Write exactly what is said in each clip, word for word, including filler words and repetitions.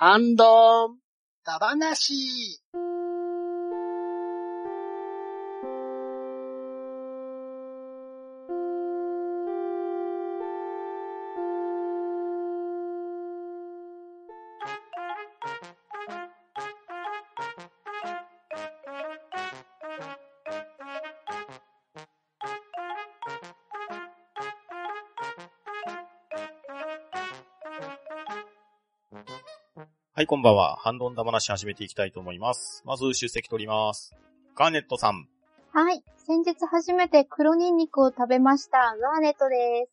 ハンドンダ話。 はい、こんばんは。ハンドンダ話始めていきたいと思います。まず出席取ります。ガーネットさん。 はい。先日初めて黒ニンニクを食べました。ガーネットです。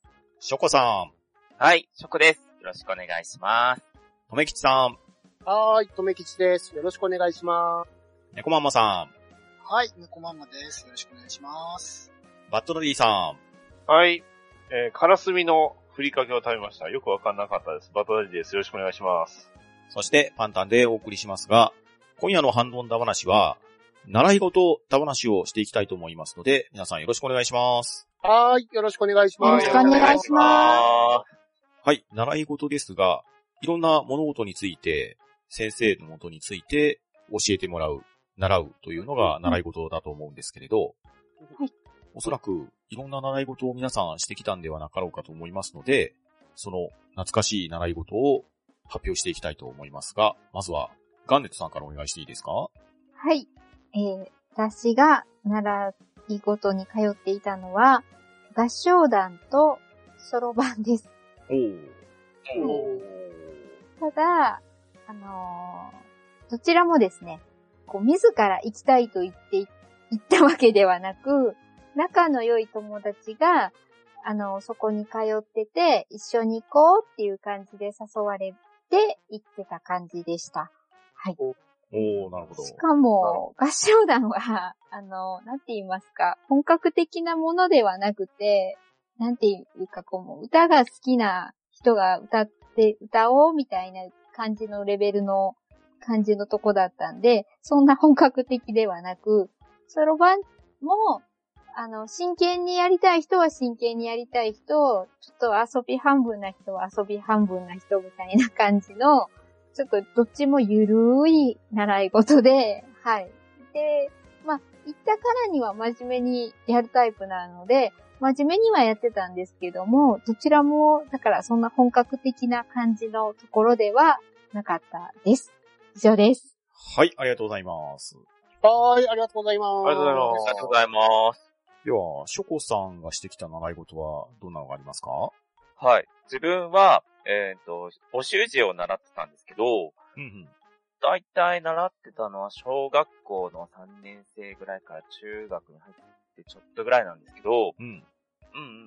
ショコさん。 はい、ショコです。よろしくお願いします。 とめきちさん。 はーい、とめきちです。よろしくお願いします。 猫マンマさん。 はい、猫マンマです。よろしくお願いします。 バッドダディさん。はい、えー、カラスミのふりかけを食べました。よくわかんなかったです。バッドダディです。よろしくお願いします。 そして、パンタンでお送りしますが、今夜のハンドンダ話は、習い事ダ話をしていきたいと思いますので、皆さんよろしくお願いします。 はーい、よろしくお願いします。 よろしくお願いします。はい、習い事ですが、いろんな物事について、先生のもとについて教えてもらう、習うというのが習い事だと思うんですけれど、 はい、 おそらくいろんな習い事を皆さんしてきたんではなかろうかと思いますので、その懐かしい習い事を発表していきたいと思いますが、まずはガンネットさんからお願いしていいですか？はい、えー、私が習い事に通っていたのは合唱団とそろばんです。 おー。 ただ、あのー、どちらもですね、こう自ら行きたいと言って行ったわけではなく、仲の良い友達があのそこに通ってて一緒に行こうっていう感じで誘われで行ってた感じでした。はい。 おー、なるほど。 しかも、合唱団は、あの、なんて言いますか、本格的なものではなくて、なんていうか、こう、もう歌が好きな人が歌って、歌おうみたいな感じのレベルの感じのとこだったんで、そんな本格的ではなく、そろばんも、あの、真剣にやりたい人は真剣にやりたい人、ちょっと遊び半分な人は遊び半分な人みたいな感じの、ちょっとどっちもゆるい習い事で、はい。で、まあ、行ったからには真面目にやるタイプなので、真面目にはやってたんですけども、どちらも、だからそんな本格的な感じのところではなかったです。以上です。 はい、ありがとうございます。 はーい、ありがとうございます。 ありがとうございます。 ありがとうございます。 では、ショコさんがしてきた習い事はどんなのがありますか？ はい。自分は、えっと、お習字を習ってたんですけど、 うんうん、 だいたい習ってたのは小学校のさんねん生ぐらいから中学に入ってちょっとぐらいなんですけど、 うん、 うんうん。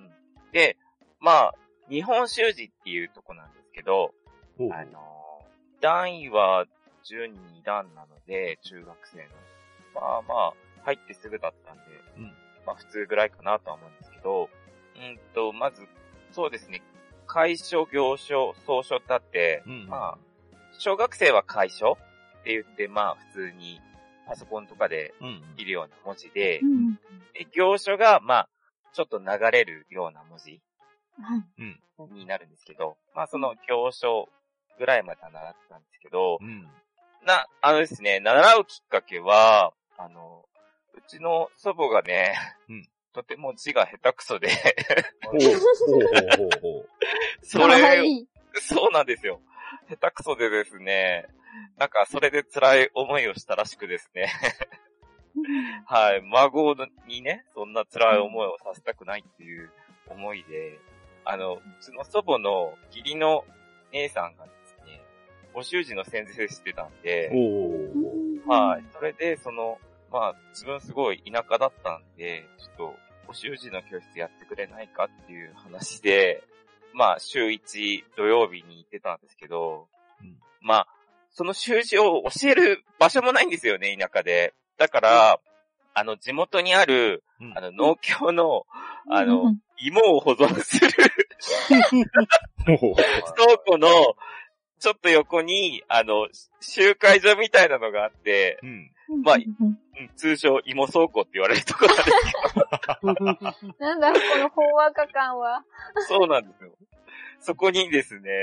で、まあ、日本習字っていうとこなんですけど、あの、段位は準に段なので、中学生の。まあまあ、入ってすぐだったんで、 うんまあ普通ぐらいかなとは思うんですけど、うんと、まず、そうですね、楷書、行書、草書ってあって、 うんうん、 まあ、小学生は楷書って言って、まあ普通にパソコンとかで見るような文字で、 うんうん、 で行書が、まあ、ちょっと流れるような文字、 はい、 になるんですけど、まあその行書ぐらいまでは習ってたんですけど、 うん、 な、あのですね、習うきっかけは、あの、うちの祖母がね、 うん、 とても字が下手くそでほうほうほうほうそれ、そうなんですよ。下手くそでですね、なんかそれで辛い思いをしたらしくですね。はい、孫にね、そんな辛い思いをさせたくないっていう思いで、あの、うちの祖母の義理の姉さんがですね、お習字の先生してたんで、はい、それでその、まあ、自分すごい田舎だったんで、ちょっと、お習字の教室やってくれないかっていう話で、まあ、週一土曜日に行ってたんですけど、 うん、 まあ、その習字を教える場所もないんですよね、田舎で。だから、うん、あの、地元にある、うん、あの、農協の、あの、うん、芋を保存する倉庫の、ちょっと横に、あの、集会所みたいなのがあって、うん、まあ、通称芋倉庫って言われるところなんですけど。 なんだこのほんわか感は。 そうなんですよ。そこにですね、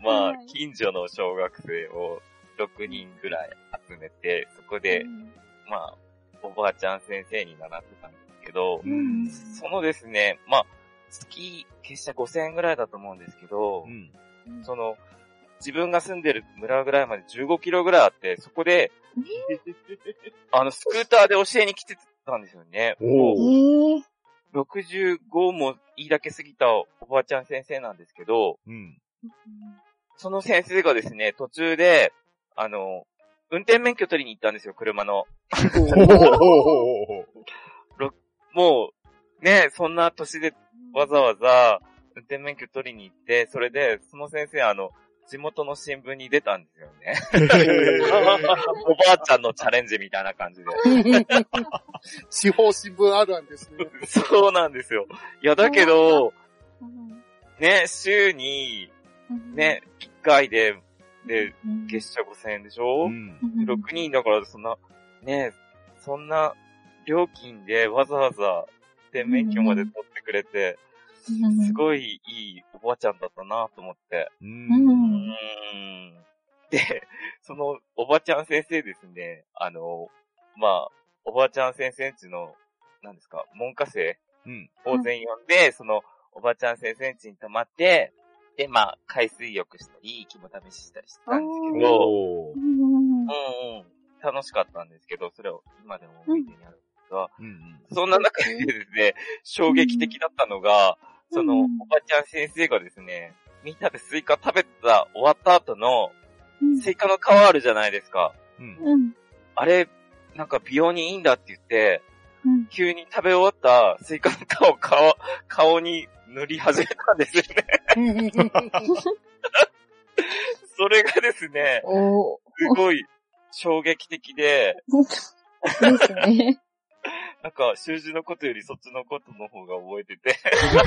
まあは、い近所の小学生をろくにんぐらい集めて、そこで、まあ、おばあちゃん先生に習ってたんですけど、 うんそのですね、まあ、月、月謝ごせんえんぐらいだと思うんですけど、 うん。 その、自分が住んでる村ぐらいまでじゅうごキロぐらいあって、そこで、あの、スクーターで教えに来てたんですよね。 おえー。 ーろくじゅうごもいいだけ過ぎたおばあちゃん先生なんですけど、 うん。 その先生がですね、途中で、あの、運転免許取りに行ったんですよ、車の。もう、ね、そんな年でわざわざ運転免許取りに行って、それで、その先生、あの、地元の新聞に出たんですよね。おばあちゃんのチャレンジみたいな感じで。 地方新聞あるんですね。 そうなんですよ。いや、だけど、ね、週に、ね、いっかいで、で、月謝ごせんえんでしょ、 うん。 ろくにんだからそんな、ね、そんな料金でわざわざ運転免許まで取ってくれて、すごいいいおばあちゃんだったなと思って。 う。 うん。 うんーん。で、そのおばちゃん先生ですね、あの、まあ、おばあちゃん先生んちの、何ですか、門下生うん。 を全員呼んで、そのおばちゃん先生んちに泊まって、で、まあ、海水浴したり、肝試ししたりしてたんですけど、 おー。 うんうんうん。楽しかったんですけど、それを今でも思い出にあるんですが、 うんうん。 そんな中でですね、衝撃的だったのが、その、おばちゃん先生がですね、みんなでスイカ食べた終わった後の、スイカの皮あるじゃないですか。 うん。 うんあれ、なんか美容にいいんだって言って、 うん急に食べ終わったスイカの皮を顔、顔に塗り始めたんですよね。それがですね、 おーすごい衝撃的で、 ですね。 なんか、習字のことよりそっちのことの方が覚えてて。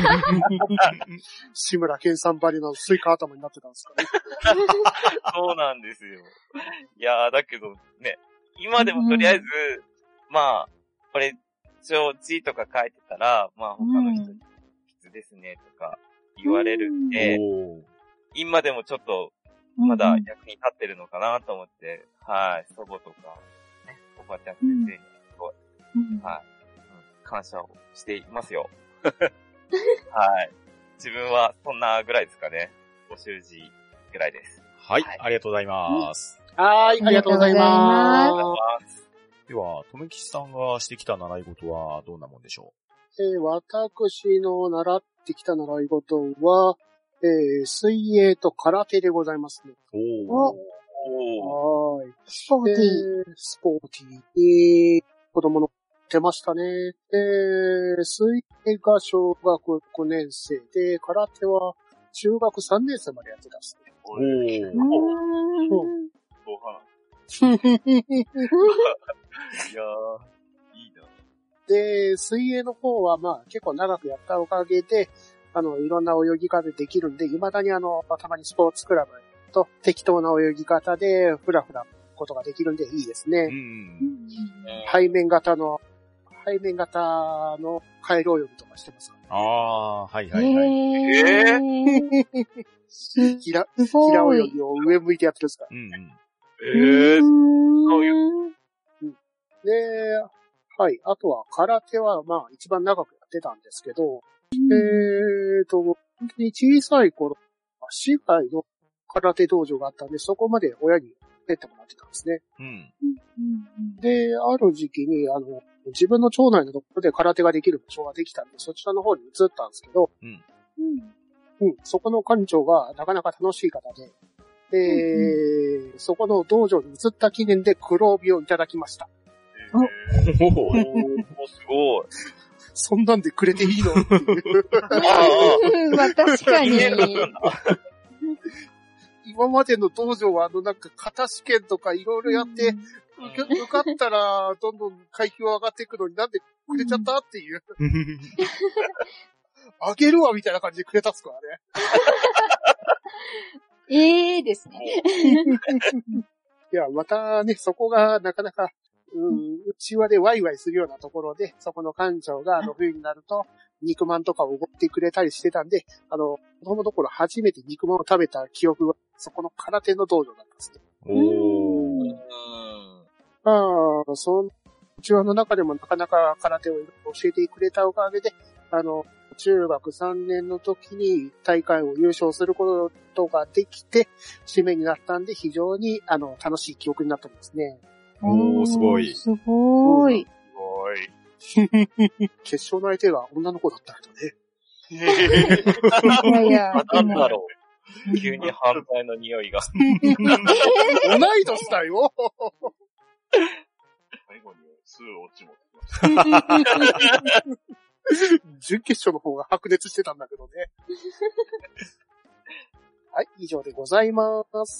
志村けんさんばりのスイカ頭になってたんですかね。 そうなんですよ。いやー、だけどね、今でもとりあえず、まあ、これ、一応字とか書いてたら、まあ他の人に、筆ですね、とか言われるんで、 おー。 今でもちょっと、まだ役に立ってるのかなと思って、はい、祖母とか、ね、おばちゃん先生に、すごい、 うんはい、うん、感謝をしていますよ。はい。自分はそんなぐらいですかね。ご習字ぐらいです。 はいはい、 ありがとうございます。 はーい、ありがとうございます。 では、とめきちさんがしてきた習い事はどんなもんでしょえー私の習ってきた習い事は、えー水泳と空手でございますね。 う？ おおー。 おー。 はーい。 スポーティー。 えースポーティーに子供の出ましたね。えー水泳が小学ろくねん生で、空手は中学さんねん生までやってたんですね。 お俺、 ー。 うーん後半。 いやー、いいな。 で、水泳の方はまあ結構長くやったおかげで、あの、いろんな泳ぎ方できるんで、未だにあの、たまにスポーツクラブと適当な泳ぎ方でふらふらことができるんでいいですね。 うん。 背面型の、背面型の回路泳ぎとかしてますかあー、はいへはいはい。 ー。す平、 すごい。 平泳ぎを上向いてやってるんですかうんうん。 えー、そういうで、はい。あとは空手はまあ一番長くやってたんですけど、えーと、本当に小さい頃、市外の空手道場があったんで、そこまで親に出ってもらってたんですね。 うん。 で、ある時期に、あの、自分の町内のところで空手ができる場所ができたんで、そちらの方に移ったんですけど、 うん。 うん、そこの館長がなかなか楽しい方で、で、そこの道場に移った記念で黒帯をいただきました。 おおー、すごい。 そんなんでくれていいのっていううんまあ確かに。 今までの道場はあのなんか型試験とかいろいろやって、受か受かったらどんどん階級上がっていくのになんでくれちゃったっていう、あげるわみたいな感じでくれたっすからね。 ええですね。 いや、またね、そこがなかなか、うん、 中和でワイワイするようなところで、そこの館長が、あの、冬になると、肉まんとかをおごってくれたりしてたんで、あの、子供の頃初めて肉まんを食べた記憶は、そこの空手の道場だったんですね。 おー。 ああ、その、中和の中でもなかなか空手を教えてくれたおかげで、あの、中学さんねんの時に大会を優勝することができて、締めになったんで、非常に、あの、楽しい記憶になったんですね。 おー、すごい。 すごい。 すごい。 決勝の相手が女の子だったけどね。 いやいや、 なんだろう。急に反対の匂いが。 同い年だよ。 最後にすぐ落ちもってきました。 準決勝の方が白熱してたんだけどね。はい、以上でございます。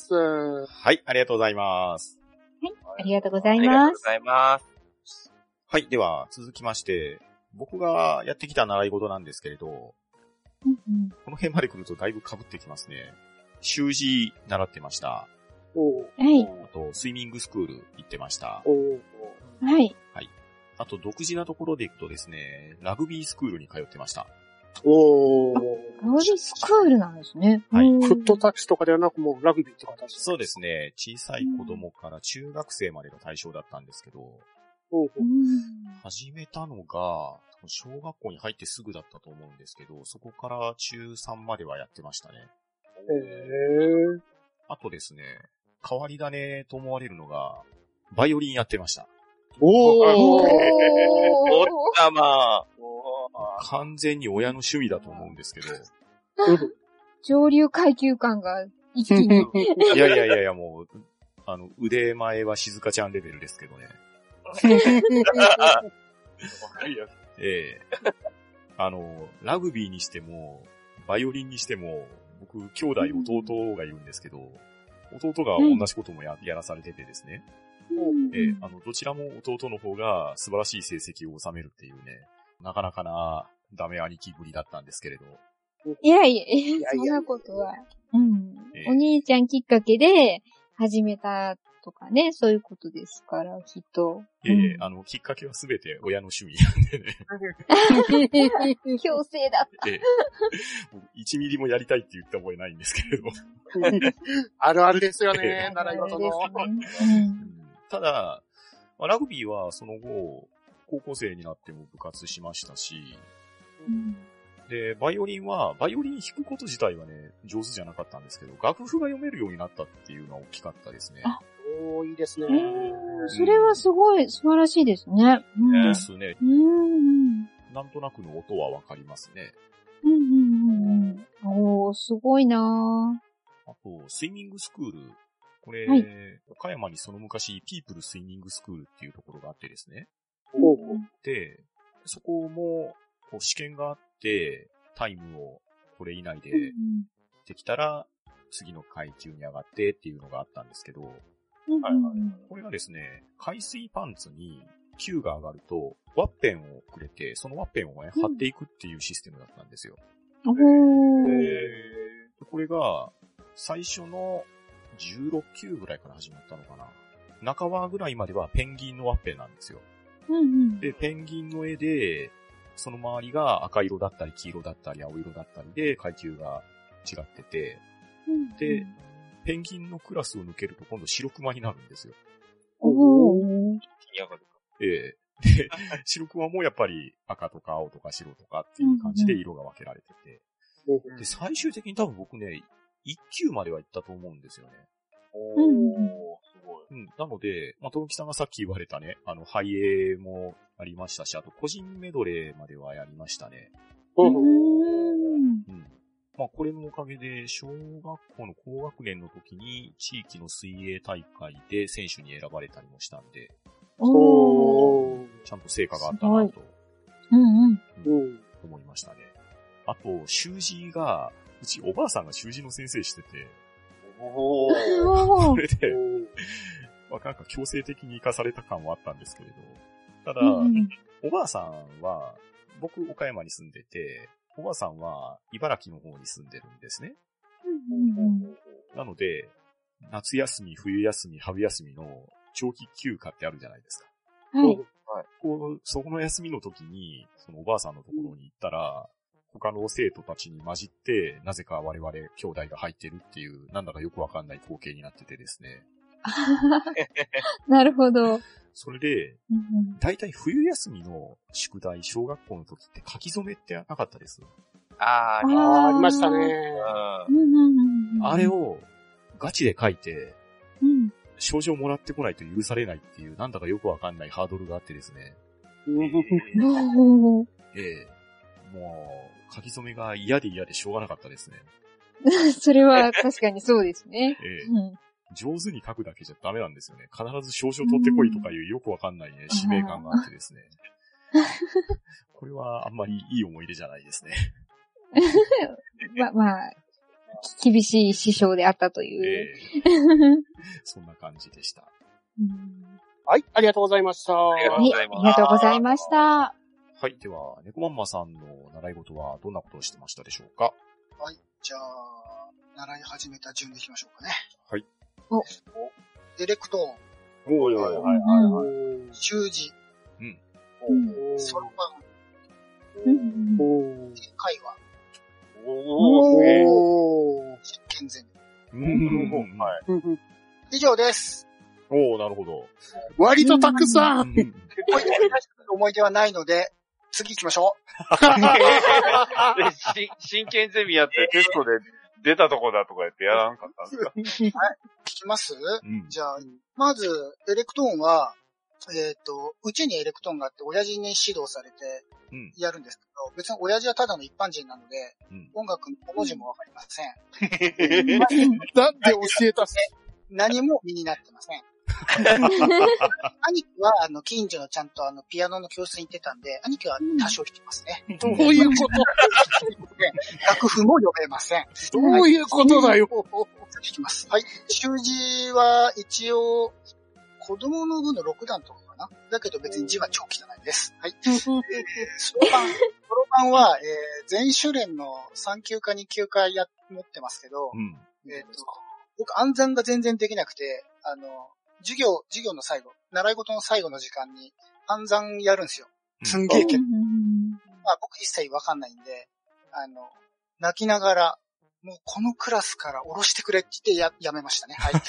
はい、ありがとうございます。 ありがとうございありがとうます。 ございます。 はい、では続きまして、僕がやってきた習い事なんですけれど、 うんうんこの辺まで来るとだいぶ被ってきますね。習字習ってました。 おうはい。 あと、スイミングスクール行ってました。 おうはい。 あと、独自なところで行くとですね、ラグビースクールに通ってました。 おうラグビースクールなんですね。 はいうんフットタッチとかではなくもうラグビーって形です。 そうですね、小さい子供から中学生までの対象だったんですけど、 おううん始めたのが、多分小学校に入ってすぐだったと思うんですけど、そこから中さんまではやってましたね。 へえ。 あとですね、変わり種と思われるのが、バイオリンやってました。 おー。 おおっー。 たま完全に親の趣味だと思うんですけど、 上流階級感が一気に。 いやいやいやいやもう、あの、腕前は静香ちゃんレベルですけどね。 わかりやすい。 ええあの、ラグビーにしても、バイオリンにしても、僕、兄弟、弟がいるんですけど、弟が同じこともや,、やらされててですね。ええあの、どちらも弟の方が素晴らしい成績を収めるっていうね、なかなかなダメ兄貴ぶりだったんですけれど。 いやいや、 いやそんなことは。うんええお兄ちゃんきっかけで始めたとかね、そういうことですから、きっと。 ええうんあの、きっかけはすべて親の趣味なんでね。 強制だった。 ええ僕いちミリもやりたいって言った覚えないんですけれど。 あるあるですよえね、習い事の。 ですねうんただ、まあラグビーはその後、高校生になっても部活しましたし、 うんで、バイオリンは、バイオリン弾くこと自体はね、上手じゃなかったんですけど、楽譜が読めるようになったっていうのは大きかったですね。 あおー、いいですね。 えーそれはすごい素晴らしいですね。うんですね。 うんうんなんとなくの音はわかりますね。 うんうんうんおー、すごいなあと、スイミングスクール。これ、 はい岡山にその昔、ピープルスイミングスクールっていうところがあってですね。 おうで、そこも、こう試験があって、タイムをこれ以内でうんできたら、次の階級に上がってっていうのがあったんですけど、 うんはいはいこれがですね、海水パンツに級が上がると、ワッペンをくれて、そのワッペンをね、貼っていくっていうシステムだったんですよ。 おーえこれが、最初のじゅうろっ級ぐらいから始まったのかな。中輪ぐらいまではペンギンのワッペンなんですよ。 うんうんで、ペンギンの絵で、その周りが赤色だったり黄色だったり青色だったりで階級が違ってて、 うんで、ペンギンのクラスを抜けると今度白熊になるんですよ。 おー気に上がるか。 ええで、白熊もやっぱり赤とか青とか白とかっていう感じで色が分けられてて。で、最終的に多分僕ね、いっ級までは行ったと思うんですよね。 おー、すごい。 うん。なので、まあ、ともきさんがさっき言われたね、あの、ハイエーもありましたし、あと個人メドレーまではやりましたね。 おううんうん。まあ、これのおかげで、小学校の高学年の時に、地域の水泳大会で選手に選ばれたりもしたんで、 おーおー。 ちゃんと成果があったなとうんうんうん。 思いましたね。あと、習字が、うちおばあさんが習字の先生してて、 おー。 おーそれで、 おーまあ、なんか強制的に生かされた感はあったんですけれど、ただ、 うんうんおばあさんは、僕、岡山に住んでて、おばあさんは茨城の方に住んでるんですね。なので、夏休み、冬休み、春休みの長期休暇ってあるじゃないですか。 はい。 こうそこの休みの時に、そのおばあさんのところに行ったら、他の生徒たちに混じって、なぜか我々兄弟が入ってるっていう、なんだかよくわかんない光景になっててですね。 なるほど。 それで、だいたい冬休みの宿題、小学校の時って書き初めってなかったです。 あー、 あー、ありましたね。 うん。 あれをガチで書いて、 うん。 賞状もらってこないと許されないっていう、なんだかよくわかんないハードルがあってですね。 おーええもう、書き初めが嫌で嫌でしょうがなかったですね。 それは確かにそうですね。 ええうん上手に書くだけじゃダメなんですよね。必ず賞状取ってこいとかいうよくわかんないね、使命感があってですね。これはあんまりいい思い出じゃないですね。 ま、まあ、厳しい師匠であったという。 ええそんな感じでした。 うんはい、ありがとうございました。 ありがとうはい、あございますりがとうございました。 はい。では、猫マンマさんの習い事はどんなことをしてましたでしょうか？ はい。じゃあ、習い始めた順でいきましょうかね。 はい。 おエレクトーおー、はいはいはいはい。 ン、習字、 うんソロバうんおーン、会話、 おー、すげえ。 おー実験ゼミ。 うんはい。 以上です。 おー、なるほど。 割とたくさん。 うん思い出思い出はないので、次行きましょえし真剣ゼミやってテストで出たとこだとか言ってやらんかったんですか？ う。聞きますうんじゃあ、まず、エレクトーンは、えっ、と、うちにエレクトーンがあって、親父に指導されてうんやるんですけど、別に親父はただの一般人なので、 うん音楽の文字もわかりません。 なんで教えたっす何も身になってません。兄貴は、あの、近所のちゃんとあの、ピアノの教室に行ってたんで、兄貴は多少弾きますね。 どういうこと楽譜も読めません。 どういうことだよ。 弾きます。はい。習字は一応、子供の分のろく段とかかな。だけど別に字は超汚いです。はい。えー、そろばん。そろばんは、えー、全種連のさん級かに級かや、持ってますけど、 うんえっ、と、僕暗算が全然できなくて、あの、授業、授業の最後、習い事の最後の時間に暗算やるんですよ。すんげえけど、まあ僕一切わかんないんで、あの、泣きながら、もうこのクラスから降ろしてくれって言ってや、やめましたね。はい。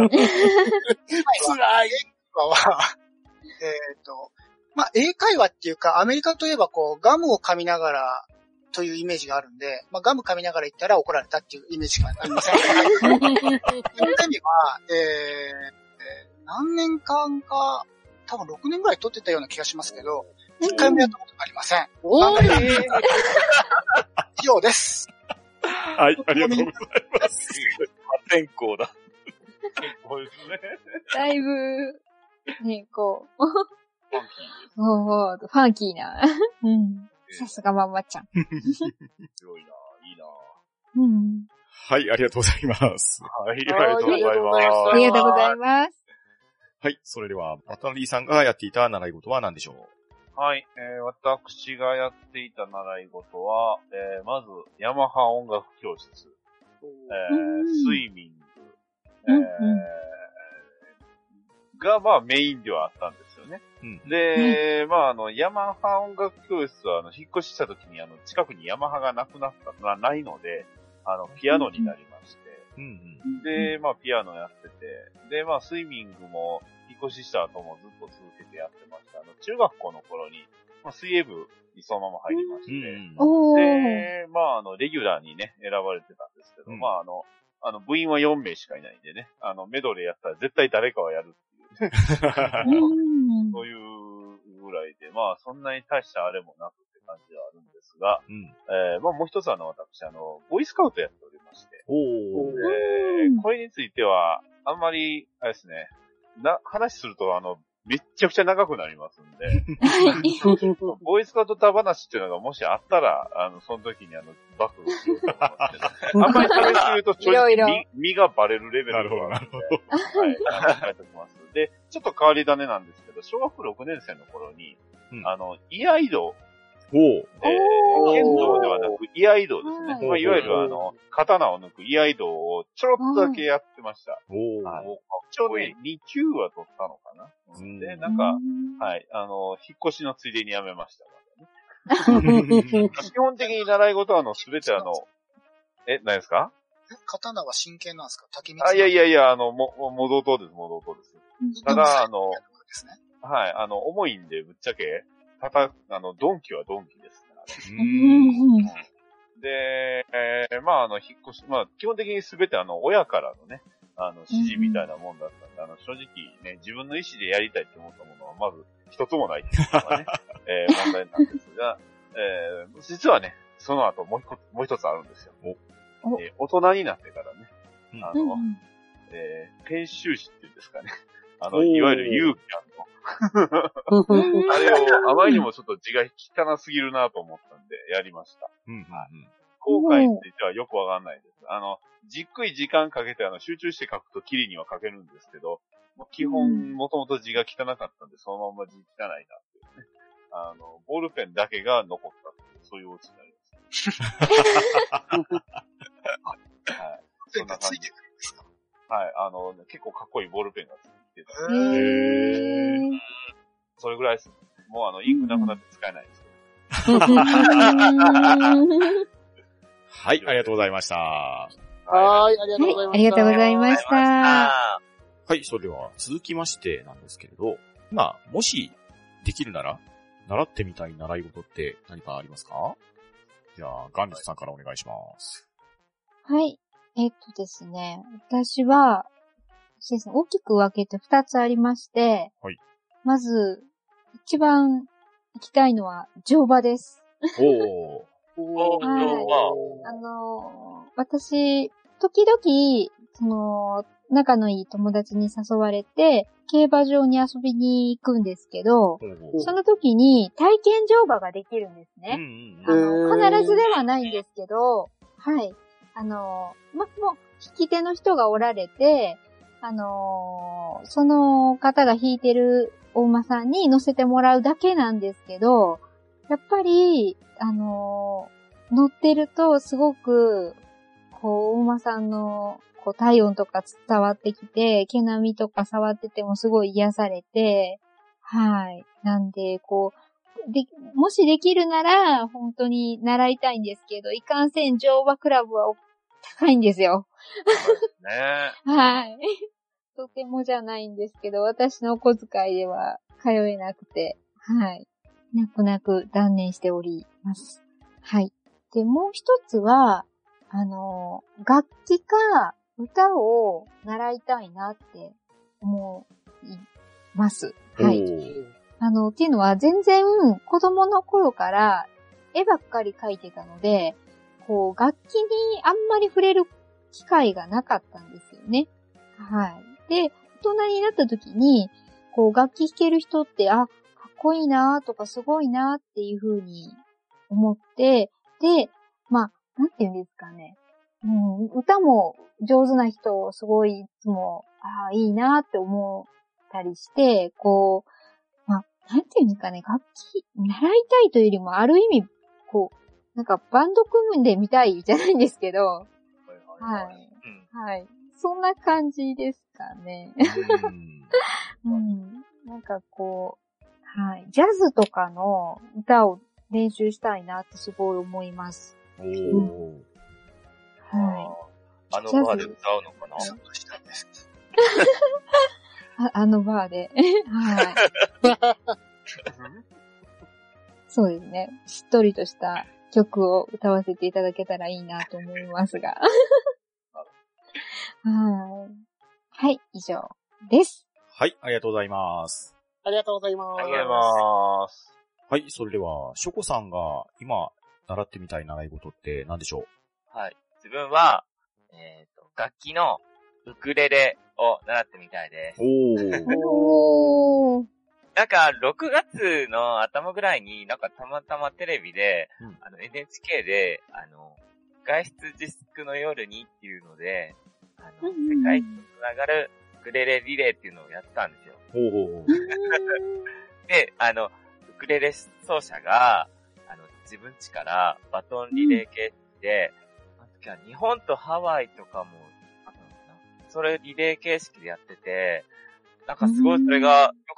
辛い。 は、えっと、まあ英会話っていうか、アメリカといえばこう、ガムを噛みながらというイメージがあるんで、まあガム噛みながら言ったら怒られたっていうイメージがありません。はい。その意味は、えー何年間か、多分ろくねんぐらい取ってたような気がしますけど、一回もやったことがありません。 おー以上です。 はい、ありがとうございます。 破天荒だ。 こうですね。 だいぶ、ね、こう、おーファンキーな。うん。さすがまんまちゃん。 強いな、いいな。 うん。 はい、ありがとうございます。 はい、ありがとうございます。 ありがとうございます。 はい、それでは、バタナリーさんがやっていた習い事は何でしょう？ はい、えー、私がやっていた習い事は、えー、まず、ヤマハ音楽教室、えー、スイミング、えうんー、が、まあメインではあったんですよね。 うん。 で、まああの、ヤマハ音楽教室は、あの、引っ越しした時に、あの、近くにヤマハがなくなった、なないので、あの、ピアノになりまして、 うんで、まあ、ピアノやってて、で、まあ、スイミングも、引っ越しした後もずっと続けてやってました。あの、中学校の頃に、まあ、水泳部にそのまま入りましうん。うて、 ん。 おー。 で、まあ、あの、レギュラーにね、選ばれてたんですけど、 うんまあ、あの、あの、部員はよん名しかいないんでね、あの、メドレーやったら絶対誰かはやるっていう、 うんそういうぐらいで、まあ、そんなに大したあれもなくって感じはあるんですが、 うん。 えー、まあ、もう一つあの、私、あの、ボーイスカウトやっておりまして、 おー。 えー、これについては、あんまり、あれですね、な、話すると、あの、めっちゃくちゃ長くなりますんで、ボーイスカウト歌話っていうのがもしあったら、あの、その時にあの、暴露しようと思いますけど、あんまり喋ってると正いろいろ直、身がバレるレベルなるほど、なるほど。 はい、書いておきます。で、ちょっと変わり種なんですけど、小学校ろくねん生の頃に、 うんあの、イヤ移動、 おー。 えー、剣道ではなく、イヤ移動ですね。 はいまあ、いわゆるあの、刀を抜くイヤ移動をちょろっとだけやってました。 おー。 あの一応ね、に級は取ったのかな。うんますんで、なんか、はい、あの、引っ越しのついでにやめましたからね。基本的に習い事はあの、すべてあの、え、何ですか？ 刀は真剣なんですか？竹光。 あ、いやいやいや、あの、も、もどうとです、もどうとです。ただ、あの、 ですね、 はい、あの、重いんで、ぶっちゃけ、たた、あの、ドンキはドンキですね。 うんで、えー、まあ、あの、引っ越し、まあ、基本的にすべてあの、親からのね、あの、指示みたいなもんだったんで、あの、正直ね、自分の意思でやりたいって思ったものは、まず、一つもないっていうのがね、えー、問題なんですが、えー、実はね、その後もう一つ、もう一つあるんですよ。おえー、大人になってからね、あの、うん、えー、編集士っていうんですかね。あの、いわゆるユーキャンの。あれを、あまりにもちょっと字が汚すぎるなと思ったんで、やりました。うんうんうん、後悔についてはよくわかんないです。あの、じっくり時間かけて、あの、集中して書くとキリには書けるんですけど、もう基本、もともと字が汚かったんで、そのまま字汚いなっていうね。あの、ボールペンだけが残ったっていう、そういうオチになります。はい。そんな感じ。はい。あの、結構かっこいいボールペンがついてた。へー。それぐらいです。もうあの、インクなくなって使えないですけど。 はい、ありがとうございました。 はい、ありがとうございました。 ありがとうございました。 はい、それでは続きましてなんですけれど、まあ、もしできるなら、習ってみたい習い事って何かありますか？じゃあ、ガンリスさんからお願いします。 はい。えっとですね、私は、そうですね、大きく分けて二つありまして、はい。まず、一番行きたいのは乗馬です。おー。おー、乗馬。あの、私、時々、その、仲のいい友達に誘われて、競馬場に遊びに行くんですけど、その時に体験乗馬ができるんですね。あの、必ずではないんですけど、はい。あの、ま、もう、引き手の人がおられて、あの、その方が引いてるお馬さんに乗せてもらうだけなんですけど、やっぱり、あの、乗ってるとすごく、こう、お馬さんの、こう、体温とか伝わってきて、毛並みとか触っててもすごい癒されて、はい。なんで、こう、で、もしできるなら、本当に習いたいんですけど、いかんせん乗馬クラブは高いんですよ。 そうですね。 はい。とてもじゃないんですけど、私のお小遣いでは通えなくて、はい。泣く泣く断念しております。はい。で、もう一つは、あの、楽器か歌を習いたいなって思います。はい。あの、っていうのは全然子供の頃から絵ばっかり描いてたので、こう、楽器にあんまり触れる機会がなかったんですよね。はい。で、大人になった時に、こう、楽器弾ける人って、あ、かっこいいなとかすごいなっていう風に思って、で、まあ、なんて言うんですかね。うん、歌も上手な人、すごいいつも、ああ、いいなって思ったりして、こう、まあ、なんて言うんですかね、楽器、習いたいというよりも、ある意味、こう、なんかバンド組んでみたいじゃないんですけど、はい。はい。そんな感じですかね。うん。なんかこう、はい。ジャズとかの歌を練習したいなってすごい思います。おー。うん、はい。 あのバーで歌うのかなあ, あのバーで。はい。そうですね。しっとりとした曲を歌わせていただけたらいいなと思いますが。はい。はい、以上です。 はい、ありがとうございます。 ありがとうございます。 ありがとうございます。 はい、それでは、ショコさんが今習ってみたい習い事って何でしょう？はい。自分は、えっと、楽器のウクレレを習ってみたいです。おー。なんか、ろくがつの頭ぐらいになんかたまたまテレビで、うん、あの エヌエイチケー で、あの、外出自粛の夜にっていうので、あの、世界とつながるウクレレリレーっていうのをやったんですよ。ほうほうほうで、あの、ウクレレ奏者が、あの、自分家からバトンリレー形式で、うん、あの時は日本とハワイとかもあったのかな。それリレー形式でやってて、なんかすごいそれが良か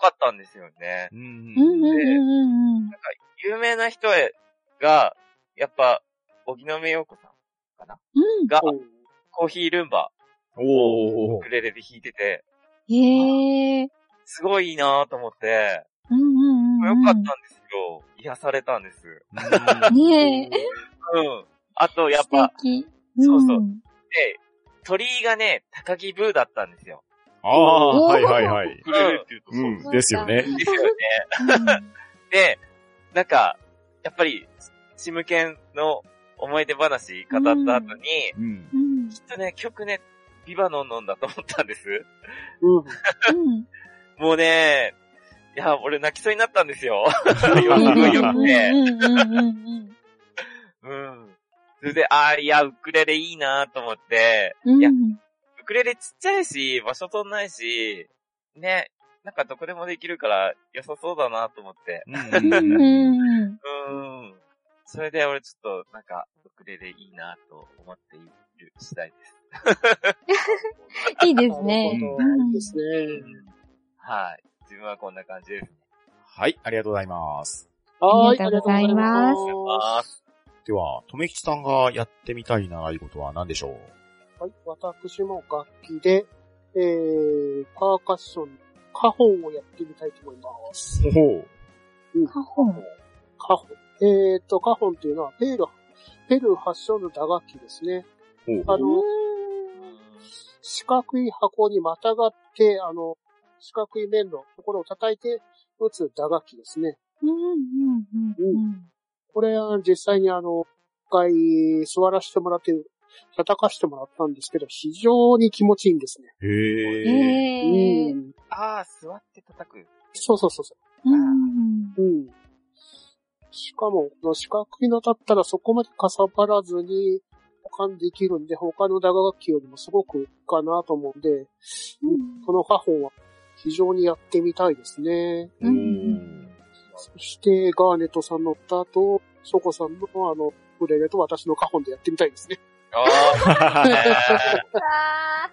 かったんですよね。 うん。 うんうんうんうん。 なんか、有名な人が、やっぱ、荻野目洋子さんかなうん。 が、 おうコーヒールンバ、 おーウク。レレで弾いてて、 へえ。 すごいいいなぁと思って、 うんうんうん。 よかったんですよ。癒されたんです。 ねえ。 うん。あと、やっ素ぱ、 敵。 そうそうんで、鳥居がね、高木ブーだったんですよ。 ああ、はいはいはいウ。クレレって言うとそううん、 です。 ですよね。 ですよね。 うんで、なんか、やっぱり、シムケンの思い出話語った後に、 うん。 うんきっとね、曲ね、ビバノンノンだと思ったんです。 うん。 うんもうね、いや、俺泣きそうになったんですよ。よくよくて。 うんうんうんうんうん。それで、ああ、いや、ウクレレいいなと思って、 うん。 いや、 うんウクレレちっちゃいし、場所取んないし、ね、なんかどこでもできるから良さそうだなと思って。 うんうんうん。 うん。それで俺ちょっと、なんか、ウクレレいいなと思っている次第です。 いいですね。 なるほどうんいいですね。 はい。自分はこんな感じですね。 はい、ありがとうございます。 はい、 ありがとうございますあでは、とめきちさんがやってみたい習い事は何でしょはい、私も楽器で、えー、パーカッション、カホンをやってみたいと思います。 うほう。 カホン。 カホン。えーと、カホンっていうのはペル、ペルー発祥の打楽器ですね。 ほう。 あの、四角い箱にまたがって、あの、四角い面のところを叩いて打つ打楽器ですね。 うんうんうんうん。 これは実際にあの、一回座らせてもらって、叩かせてもらったんですけど、非常に気持ちいいんですね。 へえ。 へえ。 うん。 ああ、座って叩く。 そうそうそうそうんう。うん。しかも、この四角いのだったらそこまでかさばらずに保管できるんで、他の打楽器よりもすごくいいかなと思うんで、 うんこのカホンは非常にやってみたいですね。 おーそして、ガーネットさんの歌と、ソコさんのあの、ウクレレと私のカホンでやってみたいですね。 ああ、ねあ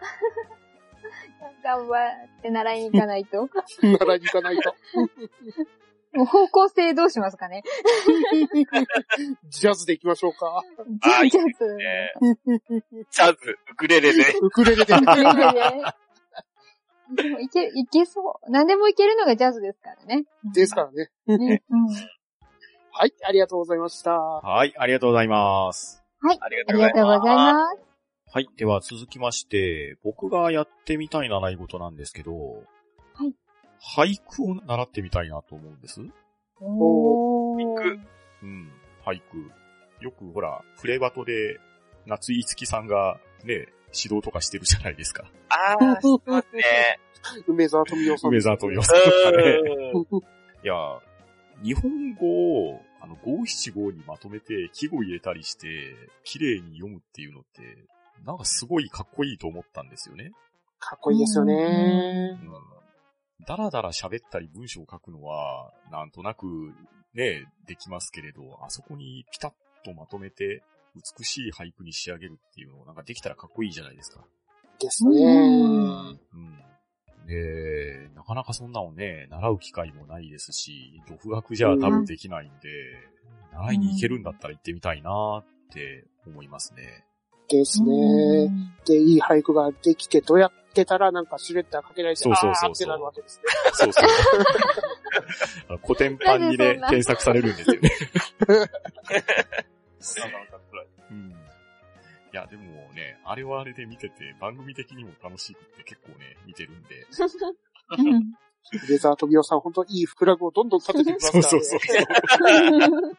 ー頑張って習いに行かないと。 習いに行かないと。 もう方向性どうしますかね。 ジャズで行きましょうか。 ジャジャズ。 えジャズ、ウクレレで。 ウクレレで。 ウクレレででもいけ、いけそう。何でもいけるのがジャズですからね。 ですからね。 ね。うん。 はい、ありがとうございました。 はい、ありがとうございます。 はい。 ありありがとうございます。 はい。では続きまして、僕がやってみたい習い事なんですけど、 はい。 俳句を習ってみたいなと思うんです。 おー。 俳句うん、俳句。よくほら、プレバトで夏井月さんがね、指導とかしてるじゃないですか。 ああ、してますね。 梅沢富美男さん。 梅沢富美男さんとかね。 うんいや、日本語を、あの、五七五にまとめて季語入れたりして、綺麗に読むっていうのって、なんかすごいかっこいいと思ったんですよね。 かっこいいですよね。 うん。だらだら喋ったり文章を書くのは、なんとなくね、できますけれど、あそこにピタッとまとめて、美しい俳句に仕上げるっていうのをなんかできたらかっこいいじゃないですか。 ですね。 うん。で、なかなかそんなのね、習う機会もないですし、独学じゃ多分できないんで、習いに行けるんだったら行ってみたいなーって思いますね。 ですね。で、いい俳句ができて、どうやってたらなんかシュレッダーかけられて、 そうそうそうそうあーってなるわけですね。 そうそう。あの古典版にね、添削されるんですよね。うん。いや、でもね、あれはあれで見てて、番組的にも楽しくって結構ね、見てるんで。 うん梅沢富美男さん、本当いいフラグをどんどん立ててきますからね。 そうそうそう。うん、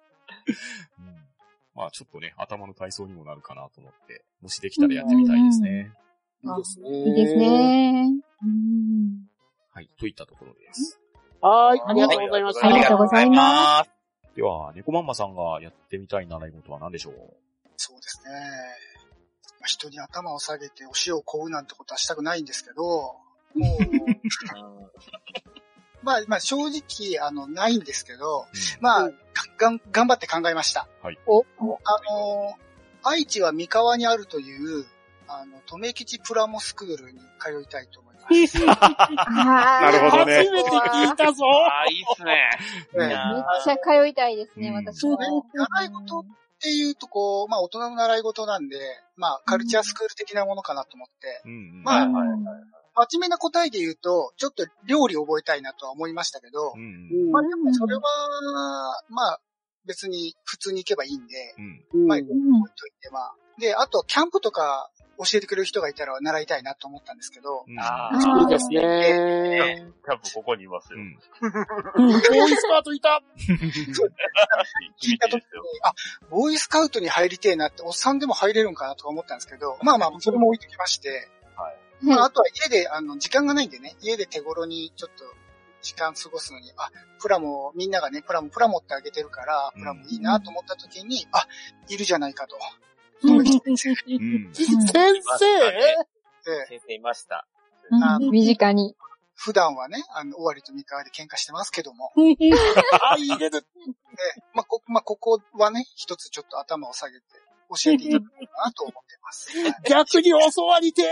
まあちょっとね、頭の体操にもなるかなと思って、もしできたらやってみたいですね。 いいですね。 いいですね。うんはい、といったところです。 はーい、ありがとうございました。 ありがとうございまでは、猫マンマさんがやってみたい習い事は何でしょう？ そうですね。まあ人に頭を下げてお塩をこうなんてことはしたくないんですけど、もう、まあ、まあ正直、あの、ないんですけど、まあ、がん、頑張って考えました。 はい。 お、 あの、愛知は三河にあるという、あの、留吉プラモスクールに通いたいと思います。 ます。 なるほどね初めて聞いたぞ。 ああ、いいっすね。 ねめっちゃ通いたいですね、 うん私も。 習い事っていうと、こう、まあ大人の習い事なんで、まあカルチャースクール的なものかなと思って、 うんうん。 まあうん真面目な答えで言うと、ちょっと料理を覚えたいなとは思いましたけど、 うんうん。 うんまあでもそれは、まあ別に普通に行けばいいんで、 うん。 まあうん置いといて、まあ。で、あとキャンプとか教えてくれる人がいたら習いたいなと思ったんですけど、 うん。 あーいいですね。 キャンプここにいますよ。 うん。 ボーイスカートいた。 聞いたときに、あ、ボーイスカウトに入りてえなって、おっさんでも入れるんかなとか思ったんですけど、まあまあ、それも置いときまして、まあ、あとは家で、あの、時間がないんでね、家で手頃にちょっと時間過ごすのに、あ、プラモ、みんながね、プラモ、プラモってあげてるから、プラモいいなと思った時に、あ、いるじゃないかと。 うん。 先生で先生いました。 あの身近に。 普段はね、あの、終わりと三河で喧嘩してますけども、 あ、入れる。 で、まあ、こ、まあ、ここはね、一つちょっと頭を下げて教えていただこうかなと思ってます。はい逆に教わりて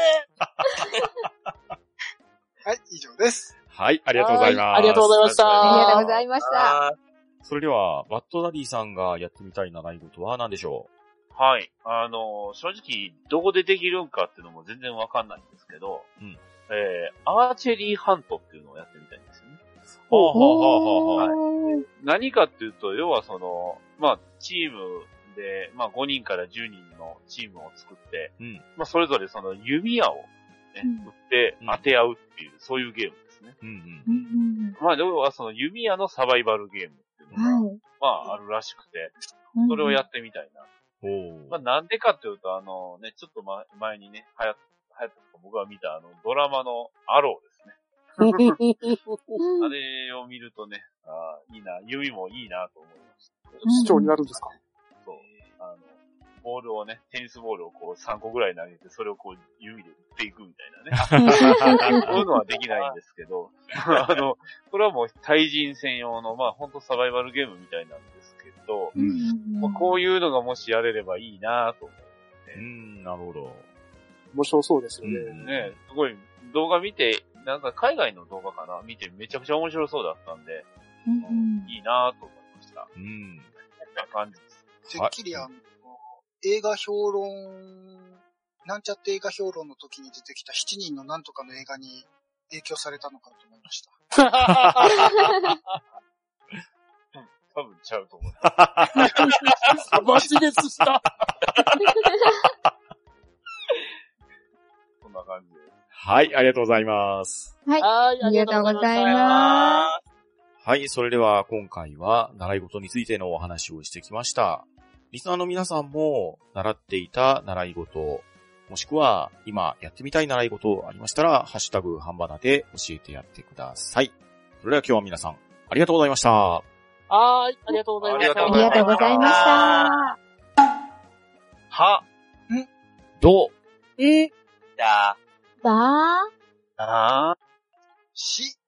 はい、以上です。 はい、ありがとうございます。 はいありがとうございました。 ありがとうございました。 あそれでは、バッドダディさんがやってみたい習い事は何でしょはい。あの、正直、どこでできるんかっていうのも全然わかんないんですけど、 うんえー、アーチェリーハントっていうのをやってみたいんですよね。 うほうほうほうほうほう。 何かっていうと、要はその、まあ、チームで、まあ、ごにんからじゅうにんのチームを作って、 うん。 まあ、それぞれその弓矢をね、 うん撃って当て合うっていう、そういうゲームですね。 うんうん。 うんまあ、要はその弓矢のサバイバルゲームっていうのが、 はい。 まあ、あるらしくて、それをやってみたいな。 ほう。 まあ、なんでかっていうと、あのね、ちょっと前前にね、流行った、流行ったとか僕が見たあの、ドラマのアローですね。 うんあれを見るとね、あーいいな、弓もいいなと思いました。 市長になるんですか？ そう。あの、ボールをね、テニスボールをこうさんこぐらい投げて、それをこう弓で打っていくみたいなね。そういうのはできないんですけど、あの、これはもう対人専用の、まあ本当サバイバルゲームみたいなんですけど、 うん。 まあ、こういうのがもしやれればいいなと思ってう、ん、なるほど。 面白そうですよね。 うんね、すごい動画見て、なんか海外の動画かな見てめちゃくちゃ面白そうだったんで、 うんいいなと思いました。 うん。 こんな感じです。 てっきりあの、映画評論、なんちゃって映画評論の時に出てきたしちにんのなんとかの映画に影響されたのかと思いました。 多分ちゃうと思う。 マジでした。 こんな感じです。 はい、ありがとうございます。 はい。 はい、 ありがとうございす。 まはい、それでは今回は習い事についてのお話をしてきました。リスナーの皆さんも習っていた習い事、もしくは今やってみたい習い事ありましたら、ハッシュタグハンバナで教えてやってください。それでは今日は皆さん、ありがとうございました。 はい、ありがとうございました。 す。ありがとうございました。 は、 どうえじゃあ、 ばーあーし、